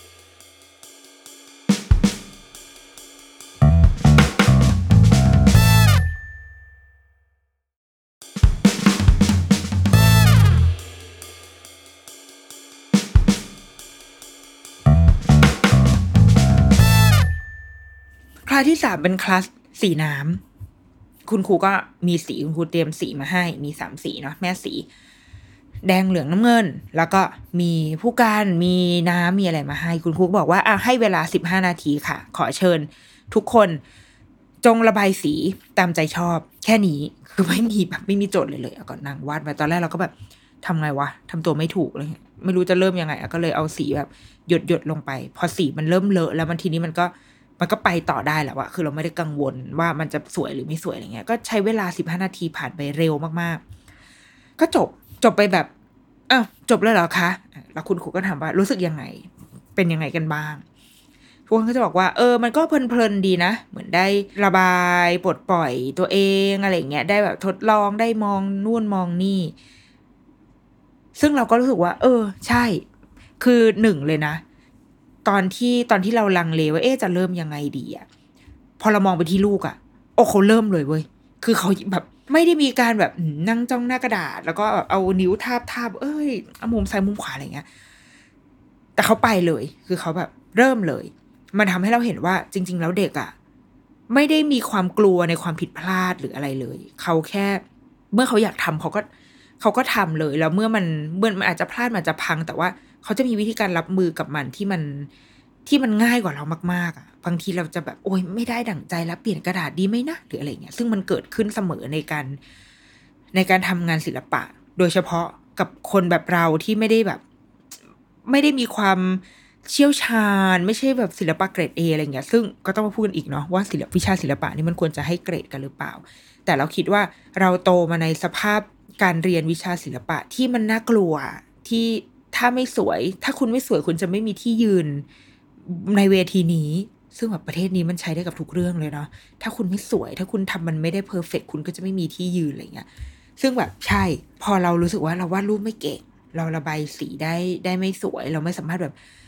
คลาสที่สามเป็นคลาสสีน้ำคุณครูก็มีสีคุณครูเตรียมสีมาให้มีสามสีเนาะแม่สีแดงเหลืองน้ำเงินแล้วก็มีผู้การมีน้ำมีอะไรมาให้คุณครูบอกว่าอ่ะให้เวลาสิบห้านาทีค่ะขอเชิญทุกคนจงระบายสีตามใจชอบแค่นี้คือไม่มีแบบไม่มีโจทย์เลยเลยก่อนนั่งวาดไปตอนแรกเราก็แบบทำไงวะทำตัวไม่ถูกเลยไม่รู้จะเริ่มยังไงอ่ะก็เลยเอาสีแบบหยดหยดลงไปพอสีมันเริ่มเลอะแล้วมันทีนี้มันก็มันก็ไปต่อได้แหละว่าคือเราไม่ได้กังวลว่ามันจะสวยหรือไม่สวยอะไรเงี้ยก็ใช้เวลาสิบห้านาทีผ่านไปเร็วมากๆก็จบจบไปแบบอ้าวจบแล้วเหรอคะแล้วคุณครูก็ถามว่ารู้สึกยังไงเป็นยังไงกันบ้างทุกคนก็จะบอกว่าเออมันก็เพลินๆดีนะเหมือนได้ระบายปลดปล่อยตัวเองอะไรเงี้ยได้แบบทดลองได้มองนู่นมองนี่ซึ่งเราก็รู้สึกว่าเออใช่คือหนึ่งเลยนะตอนที่ตอนที่เราลังเลว่าเอ๊ะจะเริ่มยังไงดีอ่ะพอเรามองไปที่ลูกอ่ะโอ้เขาเริ่มเลยเว้ยคือเขาแบบไม่ได้มีการแบบนั่งจ้องหน้ากระดาษแล้วก็แบบเอานิ้วทาบทาบเอ้ยเอามุมซ้ายมุมขวาอะไรเงี้ยแต่เขาไปเลยคือเขาแบบเริ่มเลยมันทำให้เราเห็นว่าจริงๆแล้วเด็กอ่ะไม่ได้มีความกลัวในความผิดพลาดหรืออะไรเลยเขาแค่เมื่อเขาอยากทำเขาก็เขาก็ทำเลยแล้วเมื่อมันเมื่อมันอาจจะพลาดมันจะพังแต่ว่าเขาจะมีวิธีการรับมือกับมันที่มันที่มันง่ายกว่าเรามากๆอ่ะบางทีเราจะแบบโอ๊ยไม่ได้ดั่งใจแล้วเปลี่ยนกระดาษดีไหมนะหรืออะไรเงี้ยซึ่งมันเกิดขึ้นเสมอในการในการทำงานศิลปะโดยเฉพาะกับคนแบบเราที่ไม่ได้แบบไม่ได้มีความเชี่ยวชาญไม่ใช่แบบศิลปะเกรด A อะไรเงี้ยซึ่งก็ต้องมาพูดกันอีกเนาะว่าศิลปวิชาศิลปะนี่มันควรจะให้เกรดกันหรือเปล่าแต่เราคิดว่าเราโตมาในสภาพการเรียนวิชาศิลปะที่มันน่ากลัวที่ถ้าไม่สวยถ้าคุณไม่สวยคุณจะไม่มีที่ยืนในเวทีนี้ซึ่งแบบประเทศนี้มันใช้ได้กับทุกเรื่องเลยเนาะถ้าคุณไม่สวยถ้าคุณทำมันไม่ได้เพอร์เฟคคุณก็จะไม่มีที่ยืนอะไรเงี้ยซึ่งแบบใช่พอเรารู้สึกว่าเราวาดรูปไม่เก่งเราระบายสีได้ได้ไม่สวยเราไม่สามารถแบบ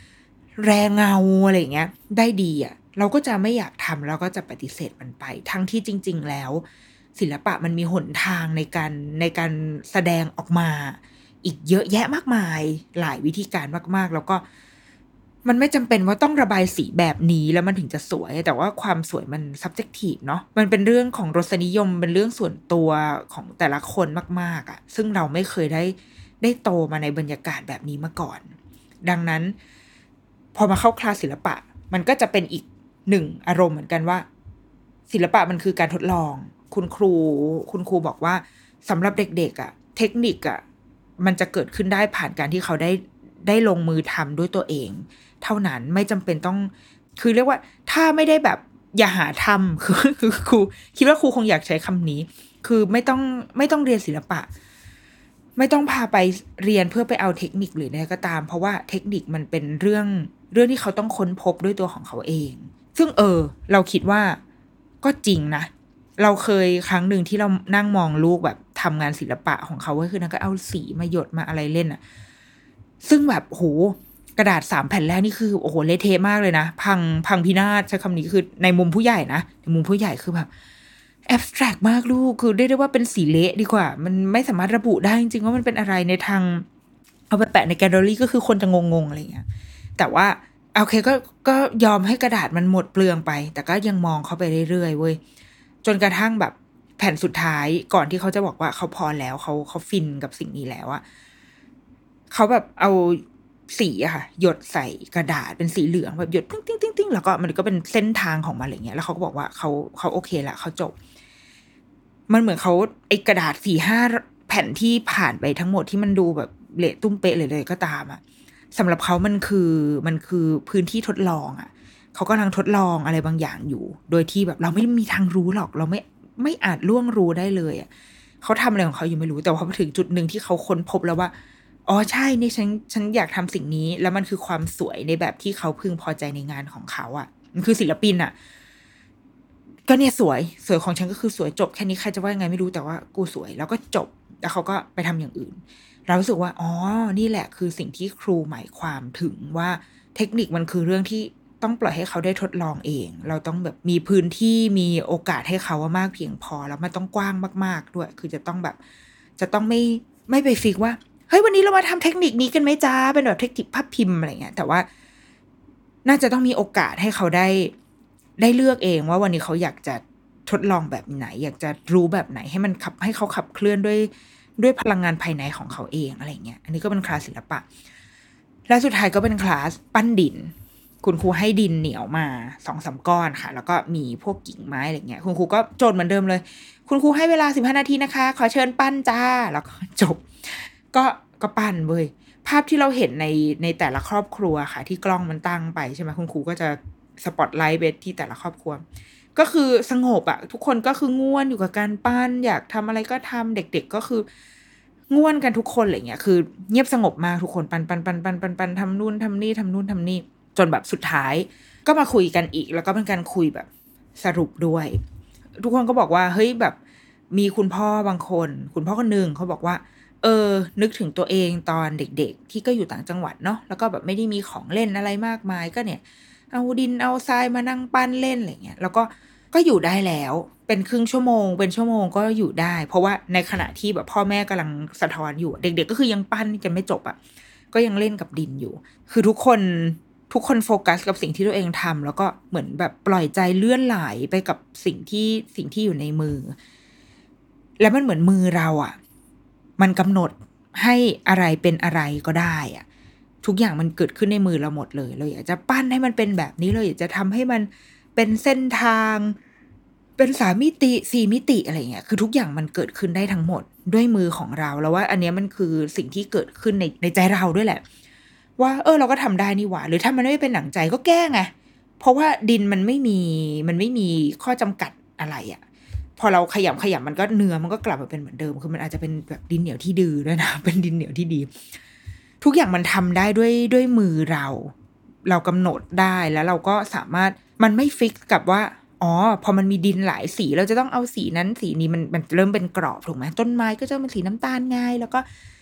แรงเงาอะไรอย่างเงี้ยได้ดีอ่ะเราก็จะไม่อยากทำแล้วก็จะปฏิเสธมันไปทั้งที่จริงๆแล้วศิลปะมันมีหนทางในการในการแสดงออกมาอีกเยอะแยะมากมายหลายวิธีการมากๆแล้วก็มันไม่จำเป็นว่าต้องระบายสีแบบนี้แล้วมันถึงจะสวยแต่ว่าความสวยมัน subjective เนาะมันเป็นเรื่องของรสนิยมเป็นเรื่องส่วนตัวของแต่ละคนมากๆอ่ะซึ่งเราไม่เคยได้ได้โตมาในบรรยากาศแบบนี้มาก่อนดังนั้นพอมาเข้าคลาสศิลปะมันก็จะเป็นอีกหนึ่งอารมณ์เหมือนกันว่าศิลปะมันคือการทดลองคุณครูคุณครูบอกว่าสำหรับเด็กๆอ่ะเทคนิคอ่ะมันจะเกิดขึ้นได้ผ่านการที่เขาได้ได้ลงมือทำด้วยตัวเองเท่านั้นไม่จำเป็นต้องคือเรียกว่าถ้าไม่ได้แบบอย่าหาทำคือคือครูคิดว่าครูคงอยากใช้คำนี้คือไม่ต้องไม่ต้องเรียนศิลปะไม่ต้องพาไปเรียนเพื่อไปเอาเทคนิคหรืออะไรก็ตามเพราะว่าเทคนิคมันเป็นเรื่องเรื่องที่เขาต้องค้นพบด้วยตัวของเขาเองซึ่งเออเราคิดว่าก็จริงนะเราเคยครั้งหนึ่งที่เรานั่งมองลูกแบบทำงานศิลปะของเขาก็คือนั่นก็เอาสีมาหยดมาอะไรเล่นอ่ะซึ่งแบบโหกระดาษสามแผ่นแรกนี่คือโอ้โหเละเทะมากเลยนะพังพังพินาศใช้คำนี้คือในมุมผู้ใหญ่นะในมุมผู้ใหญ่คือแบบแอบสแตรกมากลูกคือเรียกได้ว่าเป็นสีเละดีกว่ามันไม่สามารถระบุได้จริงๆว่ามันเป็นอะไรในทางเอาไปแปะในแกลเลอรี่ก็คือคนจะงงๆอะไรอย่างเงี้ยแต่ว่าโอเคก็ก็ยอมให้กระดาษมันหมดเปลืองไปแต่ก็ยังมองเข้าไปเรื่อยๆเว้ยจนกระทั่งแบบแผ่นสุดท้ายก่อนที่เขาจะบอกว่าเขาพอแล้วเขาเขาฟินกับสิ่งนี้แล้วอะเขาแบบเอาสีอะค่ะหยดใส่กระดาษเป็นสีเหลืองแบบหยดติ้งติ้งติ้งติ้งแล้วก็มันก็เป็นเส้นทางของมันอะไรเงี้ยแล้วเขาก็บอกว่าเขาเขาโอเคละเขาจบมันเหมือนเขาไอ้กระดาษสี่ห้าแผ่นที่ผ่านไปทั้งหมดที่มันดูแบบเละตุ้มเป๊ะเลยเลยก็ตามอะสำหรับเขามันคือมันคือพื้นที่ทดลองอะเขากำลังทดลองอะไรบางอย่างอยู่โดยที่แบบเราไม่มีทางรู้หรอกเราไม่ไม่อาจล่วงรู้ได้เลยอะเขาทำอะไรของเขาอยู่ไม่รู้แต่พอถึงจุดหนึ่งที่เขาค้นพบแล้วว่าอ๋อใช่นี่ฉันฉันอยากทำสิ่งนี้แล้วมันคือความสวยในแบบที่เขาพึงพอใจในงานของเขาอ่ะมันคือศิลปินอ่ะก็เนี่ยสวยสวยของฉันก็คือสวยจบแค่นี้ใครจะว่ายังไงไม่รู้แต่ว่ากูสวยแล้วก็จบแล้วเขาก็ไปทำอย่างอื่นเรารู้สึกว่าอ๋อนี่แหละคือสิ่งที่ครูหมายความถึงว่าเทคนิคมันคือเรื่องที่ต้องปล่อยให้เขาได้ทดลองเองเราต้องแบบมีพื้นที่มีโอกาสให้เขาว่ามากเพียงพอแล้วมันต้องกว้างมากๆด้วยคือจะต้องแบบจะต้องไม่ไม่ไปฟิกว่าเฮ้ยวันนี้เรามาทำเทคนิคนี้กันไหมจ้าเป็นแบบเทคนิคภาพพิมพ์อะไรเงี้ยแต่ว่าน่าจะต้องมีโอกาสให้เขาได้ได้เลือกเองว่าวันนี้เขาอยากจะทดลองแบบไหนอยากจะรู้แบบไหนให้มันขับให้เขาขับเคลื่อนด้วยด้วยพลังงานภายในของเขาเองอะไรเงี้ยอันนี้ก็เป็นคลาสศิลปะและสุดท้ายก็เป็นคลาสปั้นดินคุณครูให้ดินเหนียวมาสองสามก้อนค่ะแล้วก็มีพวกกิ่งไม้อะไรเงี้ยคุณครูก็โจทย์เหมือนเดิมเลยคุณครูให้เวลาสิบห้านาทีนะคะขอเชิญปั้นจ้าแล้วก็จบก็ก็ปั้นเว้ยภาพที่เราเห็นในในแต่ละครอบครัวค่ะที่กล้องมันตั้งไปใช่ไหมคุณครูก็จะสปอตไลท์ไปที่แต่ละครอบครัวก็คือสงบอะทุกคนก็คือง่วนอยู่กับการปั้นอยากทำอะไรก็ทำเด็กๆก็คือง่วนกันทุกคนอะไรเงี้ยคือเงียบสงบมากทุกคนปั้นปั้นปั้นปั้นปั้นปั้นทำนู่นทำนี่ทำนู่นทำนี่จนแบบสุดท้ายก็มาคุยกันอีกแล้วก็เป็นการคุยแบบสรุปด้วยทุกคนก็บอกว่าเฮ้ยแบบมีคุณพ่อบางคนคุณพ่อคนนึงเขาบอกว่าเออนึกถึงตัวเองตอนเด็กๆที่ก็อยู่ต่างจังหวัดเนาะแล้วก็แบบไม่ได้มีของเล่นอะไรมากมายก็เนี่ยเอาดินเอาทรายมานั่งปั้นเล่นอะไรเงี้ยแล้วก็ก็อยู่ได้แล้วเป็นครึ่งชั่วโมงเป็นชั่วโมงก็อยู่ได้เพราะว่าในขณะที่แบบพ่อแม่กำลังสะท้อนอยู่เด็กๆก็คือยังปั้นกันไม่จบอ่ะก็ยังเล่นกับดินอยู่คือทุกคนทุกคนโฟกัสกับสิ่งที่ตัวเองทำแล้วก็เหมือนแบบปล่อยใจเลื่อนไหลไปกับสิ่งที่สิ่งที่อยู่ในมือแล้วมันเหมือนมือเราอ่ะมันกำหนดให้อะไรเป็นอะไรก็ได้อ่ะทุกอย่างมันเกิดขึ้นในมือเราหมดเลยเราอยากจะปั้นให้มันเป็นแบบนี้เราอยากจะทำให้มันเป็นเส้นทางเป็นสามมิติสี่มิติอะไรเงี้ยคือทุกอย่างมันเกิดขึ้นได้ทั้งหมดด้วยมือของเราแล้วว่าอันนี้มันคือสิ่งที่เกิดขึ้นในในใจเราด้วยแหละว่าเออเราก็ทำได้นี่หว่าหรือถ้ามันไม่เป็นหนังใจก็แก้ไงเพราะว่าดินมันไม่มีมันไม่มีข้อจำกัดอะไรอ่ะพอเราขยำขยำมันก็เนื้อมันก็กลับมาเป็นเหมือนเดิมคือมันอาจจะเป็นแบบดินเหนียวที่ดื้อด้วยนะเป็นดินเหนียวที่ดีทุกอย่างมันทำได้ด้วยด้วยมือเราเรากำหนดได้แล้วเราก็สามารถมันไม่ฟิกกับว่าอ๋อพอมันมีดินหลายสีเราจะต้องเอาสีนั้นสีนี้มันมันเริ่มเป็นกรอบถูกไหมต้นไม้ก็จะเป็นสีน้ำตาลง่ายแล้วก็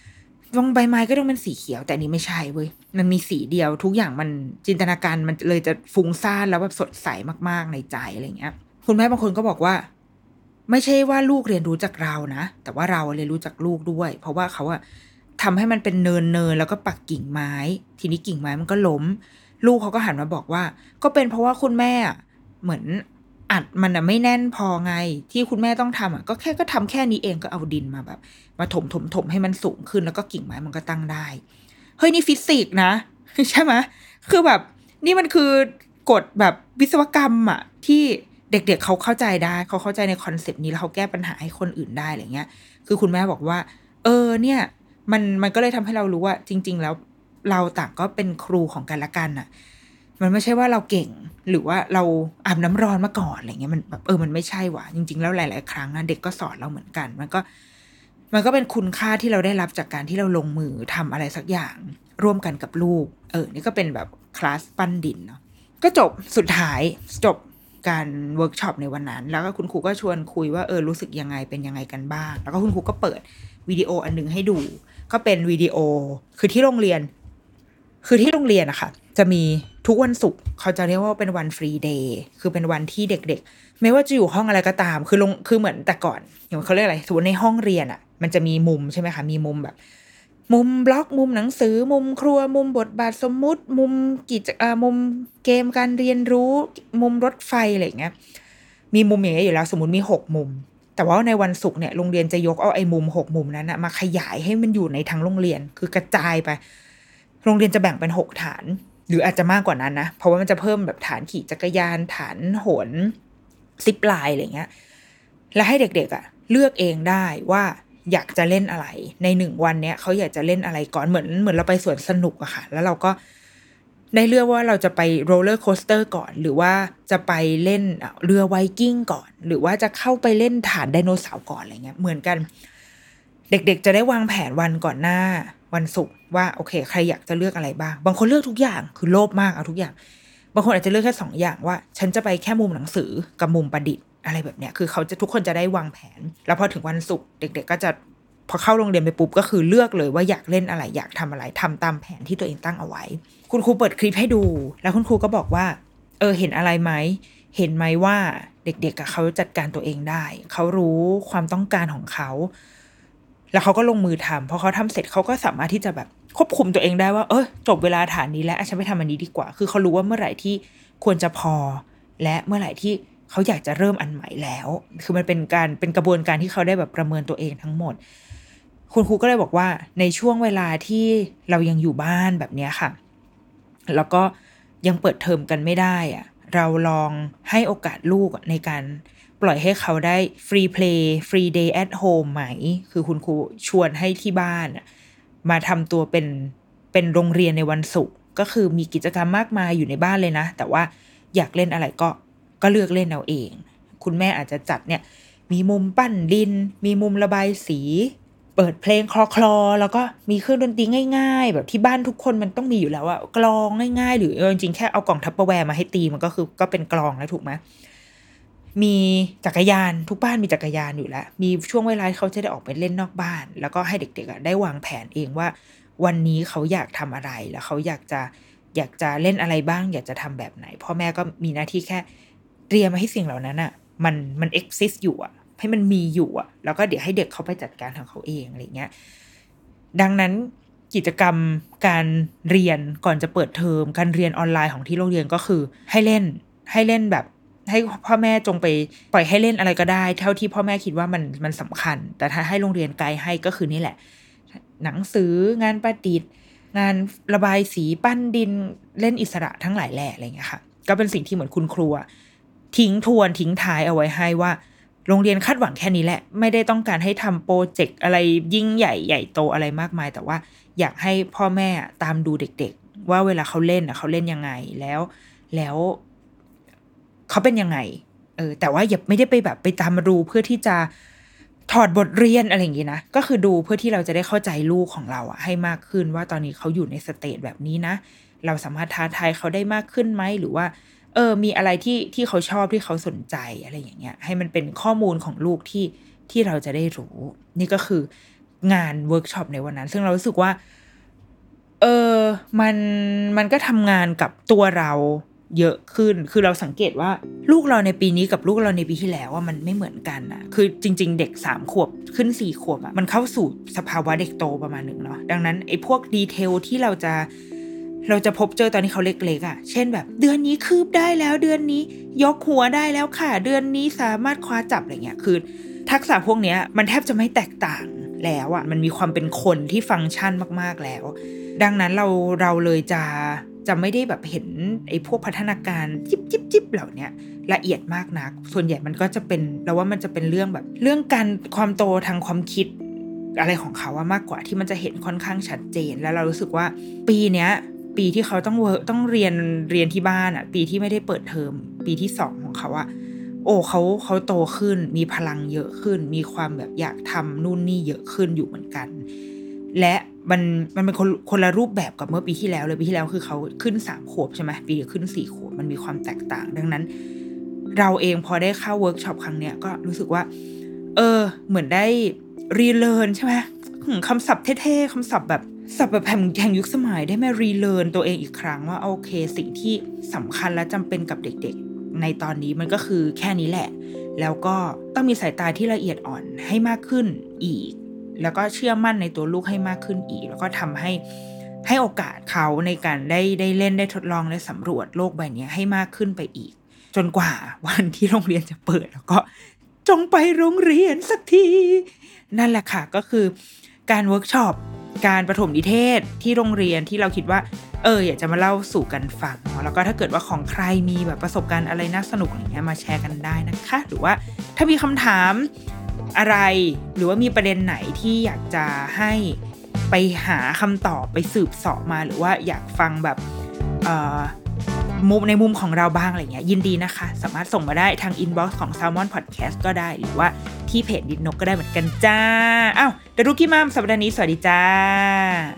ตรงใบไม้ก็ต้องเป็นสีเขียวแต่นี้ไม่ใช่เว้ยมันมีสีเดียวทุกอย่างมันจินตนาการมันเลยจะฟุ้งซ่านแล้วแบบสดใสมากๆในใจอะไรเงี้ยคุณแม่บางคนก็บอกว่าไม่ใช่ว่าลูกเรียนรู้จากเรานะแต่ว่าเราเรียนรู้จากลูกด้วยเพราะว่าเขาอะทำให้มันเป็นเนินเนินแล้วก็ปักกิ่งไม้ทีนี้กิ่งไม้มันก็ล้มลูกเขาก็หันมาบอกว่าก็เป็นเพราะว่าคุณแม่เหมือนอัดมันอะไม่แน่นพอไงที่คุณแม่ต้องทำอะก็แค่ก็ทำแค่นี้เองก็เอาดินมาแบบมาถมถมถมให้มันสูงขึ้นแล้วก็กิ่งไม้มันก็ตั้งได้เฮ้ยนี่ฟิสิกส์นะใช่ไหมคือแบบนี่มันคือกฎแบบวิศวกรรมอะที่เด็กๆ เ, เขาเข้าใจได้เขาเข้าใจในคอนเซปต์นี้แล้วเขาแก้ปัญหาให้คนอื่นได้อะไรเงี้ยคือคุณแม่บอกว่าเออเนี่ยมันมันก็เลยทำให้เรารู้ว่าจริงๆแล้วเราต่างก็เป็นครูของกันและกันอะมันไม่ใช่ว่าเราเก่งหรือว่าเราอาบน้ำร้อนมาก่อนอะไรเงี้ยมันแบบเออมันไม่ใช่ว่ะจริงๆแล้วหลายๆครั้งนะเด็กก็สอนเราเหมือนกันมันก็มันก็เป็นคุณค่าที่เราได้รับจากการที่เราลงมือทำอะไรสักอย่างร่วมกันกับลูกเออนี่ก็เป็นแบบคลาสปั้นดินเนาะก็จบสุดท้ายจบการเวิร์กช็อปในวันนั้นแล้วก็คุณครูก็ชวนคุยว่าเออรู้สึกยังไงเป็นยังไงกันบ้างแล้วก็คุณครูก็เปิดวิดีโออันนึงให้ดูก็เป็นวิดีโอคือที่โรงเรียนคือที่โรงเรียนอะค่ะจะมีทุกวันศุกร์เขาจะเรียกว่าเป็นวันฟรีเดย์คือเป็นวันที่เด็กๆไม่ว่าจะอยู่ห้องอะไรก็ตามคือลงคือเหมือนแต่ก่อนอย่างเขาเรียกอะไรสมมติในห้องเรียนอะมันจะมีมุมใช่ไหมคะมีมุมแบบมุมบล็อกมุมหนังสือมุมครัวมุมบทบาทสมมุติมุมกิจอ่ามุมเกมการเรียนรู้มุมรถไฟอะไรอย่างเงี้ยมีมุมอย่างเงี้ยอยู่แล้วสมมุติมีหกมุมแต่ว่าในวันศุกร์เนี่ยโรงเรียนจะยกเอาไอ้มุมหกมุมนั้นนะมาขยายให้มันอยู่ในทั้งโรงเรียนคือกระจายไปโรงเรียนจะแบ่งเป็นหกฐานหรืออาจจะมากกว่านั้นนะเพราะว่ามันจะเพิ่มแบบฐานขี่จักรยานฐานโหนซิปไลน์อะไรเงี้ยแล้วให้เด็กๆอ่ะเลือกเองได้ว่าอยากจะเล่นอะไรในหนึ่งวันเนี้ยเขาอยากจะเล่นอะไรก่อนเหมือนเหมือนเราไปสวนสนุกอะค่ะแล้วเราก็ได้เลือกว่าเราจะไปโรลเลอร์โคสเตอร์ก่อนหรือว่าจะไปเล่นเรือไวกิ้งก่อนหรือว่าจะเข้าไปเล่นฐานไดโนเสาร์ก่อนอะไรเงี้ยเหมือนกันเด็กๆจะได้วางแผนวันก่อนหน้าวันศุกร์ว่าโอเคใครอยากจะเลือกอะไรบ้างบางคนเลือกทุกอย่างคือโลภมากเอาทุกอย่างบางคนอาจจะเลือกแค่สองอย่างว่าฉันจะไปแค่มุมหนังสือกับมุมประดิษฐ์อะไรแบบเนี้ยคือเขาจะทุกคนจะได้วางแผนแล้วพอถึงวันศุกร์เด็กๆก็จะพอเข้าโรงเรียนไปปุ๊บก็คือเลือกเลยว่าอยากเล่นอะไรอยากทำอะไรทำตามแผนที่ตัวเองตั้งเอาไว้คุณครูเปิดคลิปให้ดูแล้วคุณครูก็บอกว่าเออเห็นอะไรไหมเห็นไหมว่าเด็กๆเขาจัดการตัวเองได้เขารู้ความต้องการของเขาแล้วเขาก็ลงมือทำพอเขาทำเสร็จเขาก็สามารถที่จะแบบควบคุมตัวเองได้ว่าเออจบเวลาฐานนี้แล้วฉันไปทำอันนี้ดีกว่าคือเขารู้ว่าเมื่อไหร่ที่ควรจะพอและเมื่อไหร่ที่เขาอยากจะเริ่มอันใหม่แล้วคือมันเป็นการเป็นกระบวนการที่เขาได้แบบประเมินตัวเองทั้งหมดคุณครูก็เลยบอกว่าในช่วงเวลาที่เรายังอยู่บ้านแบบนี้ค่ะแล้วก็ยังเปิดเทอมกันไม่ได้อะเราลองให้โอกาสลูกในการปล่อยให้เขาได้ฟรีเพลย์ฟรีเดย์แอทโฮมไหมคือคุณครูชวนให้ที่บ้านมาทำตัวเป็นเป็นโรงเรียนในวันศุกร์ก็คือมีกิจกรรมมากมายอยู่ในบ้านเลยนะแต่ว่าอยากเล่นอะไรก็ก็เลือกเล่นเอาเองคุณแม่อาจจะจัดเนี่ยมีมุมปั้นดินมีมุมระบายสีเปิดเพลงคลอๆแล้วก็มีเครื่องดนตรีง่ายๆแบบที่บ้านทุกคนมันต้องมีอยู่แล้วอะกลองง่ายๆหรือจริงๆแค่เอากล่องทัพเปอร์แวร์มาให้ตีมันก็คือก็เป็นกลองแล้วถูกไหมมีจักรยานทุกบ้านมีจักรยานอยู่แล้วมีช่วงเวลาเขาจะได้ออกไปเล่นนอกบ้านแล้วก็ให้เด็กๆได้วางแผนเองว่าวันนี้เขาอยากทำอะไรแล้วเขาอยากจะอยากจะเล่นอะไรบ้างอยากจะทำแบบไหนพ่อแม่ก็มีหน้าที่แค่เตรียมมาให้สิ่งเหล่านั้นอ่ะมันมัน exist อยู่อ่ะให้มันมีอยู่อ่ะแล้วก็เดี๋ยวให้เด็กเขาไปจัดการของเขาเองอะไรเงี้ยดังนั้นกิจกรรมการเรียนก่อนจะเปิดเทอมการเรียนออนไลน์ของที่โรงเรียนก็คือให้เล่นให้เล่นแบบให้พ่อแม่จงไปปล่อยให้เล่นอะไรก็ได้เท่าที่พ่อแม่คิดว่ามันมันสำคัญแต่ถ้าให้โรงเรียนไกด์ให้ก็คือนี่แหละหนังสืองานประดิษฐ์งานระบายสีปั้นดินเล่นอิสระทั้งหลายแหล่อะไรเงี้ยค่ะก็เป็นสิ่งที่เหมือนคุณครูทิ้งทวนทิ้งท้ายเอาไว้ให้ว่าโรงเรียนคาดหวังแค่นี้แหละไม่ได้ต้องการให้ทำโปรเจกต์อะไรยิ่งใหญ่ใหญ่โตอะไรมากมายแต่ว่าอยากให้พ่อแม่ตามดูเด็กๆว่าเวลาเขาเล่นเขาเล่นยังไงแล้วแล้วเขาเป็นยังไงเออแต่ว่าอย่าไม่ได้ไปแบบไปตามดูเพื่อที่จะถอดบทเรียนอะไรอย่างงี้นะก็คือดูเพื่อที่เราจะได้เข้าใจลูกของเราอะให้มากขึ้นว่าตอนนี้เขาอยู่ในสเตจแบบนี้นะเราสามารถท้าทายเขาได้มากขึ้นไหมหรือว่าเออมีอะไรที่ที่เขาชอบที่เขาสนใจอะไรอย่างเงี้ยให้มันเป็นข้อมูลของลูกที่ที่เราจะได้รู้นี่ก็คืองานเวิร์กช็อปในวันนั้นซึ่งเรารู้สึกว่าเออมันมันก็ทำงานกับตัวเราเยอะขึ้นคือเราสังเกตว่าลูกเราในปีนี้กับลูกเราในปีที่แล้วว่ามันไม่เหมือนกันนะคือจริงๆเด็กสามขวบขึ้นสี่ขวบอ่ะมันเข้าสู่สภาวะเด็กโตประมาณนึงเนาะดังนั้นไอ้พวกดีเทลที่เราจะเราจะพบเจอตอนที่เขาเล็กๆอ่ะเช่นแบบเดือนนี้คืบได้แล้วเดือนนี้ยกหัวได้แล้วค่ะเดือนนี้สามารถคว้าจับอะไรเงี้ยคือทักษะพวกเนี้ยมันแทบจะไม่แตกต่างแล้วอ่ะมันมีความเป็นคนที่ฟังก์ชันมากๆแล้วดังนั้นเราเราเลยจะจะไม่ได้แบบเห็นไอ้พวกพัฒนาการจิ๊บจิ๊บจิ๊บเหล่านี้ละเอียดมากนักส่วนใหญ่มันก็จะเป็นเราว่ามันจะเป็นเรื่องแบบเรื่องการความโตทางความคิดอะไรของเขาว่ามากกว่าที่มันจะเห็นค่อนข้างชัดเจนแล้วเรารู้สึกว่าปีเนี้ยปีที่เขาต้องเวิร์คต้องเรียนเรียนที่บ้านอ่ะปีที่ไม่ได้เปิดเทอมปีที่สองของเขาอ่ะโอ้เขาเขาโตขึ้นมีพลังเยอะขึ้นมีความแบบอยากทำนู่นนี่เยอะขึ้นอยู่เหมือนกันและมันมันเป็นคนคนละรูปแบบกับเมื่อปีที่แล้วเลยปีที่แล้วคือเขาขึ้นสามขวบใช่ไหมปีนี้ขึ้นสี่ขวบมันมีความแตกต่างดังนั้นเราเองพอได้เข้าเวิร์กช็อปครั้งเนี้ยก็รู้สึกว่าเออเหมือนได้รีเลิร์นใช่ไหมคำศัพท์เท่ๆคำศัพท์แบบศัพท์แบบแห่งแห่งยุคสมัยได้มารีเลิร์นตัวเองอีกครั้งว่าโอเคสิ่งที่สำคัญและจำเป็นกับเด็กๆในตอนนี้มันก็คือแค่นี้แหละแล้วก็ต้องมีสายตาที่ละเอียดอ่อนให้มากขึ้นอีกแล้วก็เชื่อมั่นในตัวลูกให้มากขึ้นอีกแล้วก็ทำให้ให้โอกาสเขาในการได้ได้เล่นได้ทดลองได้สำรวจโลกใบนี้ให้มากขึ้นไปอีกจนกว่าวันที่โรงเรียนจะเปิดแล้วก็จงไปโรงเรียนสักทีนั่นแหละค่ะก็คือการเวิร์กช็อปการประถมนิเทศที่โรงเรียนที่เราคิดว่าเอออยากจะมาเล่าสู่กันฟังแล้วก็ถ้าเกิดว่าของใครมีแบบประสบการณ์อะไรน่าสนุกอย่างเงี้ยมาแชร์กันได้นะคะหรือว่าถ้ามีคำถามอะไรหรือว่ามีประเด็นไหนที่อยากจะให้ไปหาคำตอบไปสืบเสาะมาหรือว่าอยากฟังแบบเอ่อมุมในมุมของเราบ้างอะไรเงี้ยยินดีนะคะสามารถส่งมาได้ทางอินบ็อกซ์ของ Salmon Podcast ก็ได้หรือว่าที่เพจนิดนกก็ได้เหมือนกันจ้าอ้าวเดรุกี้มัมสัปดาห์นี้สวัสดีจ้า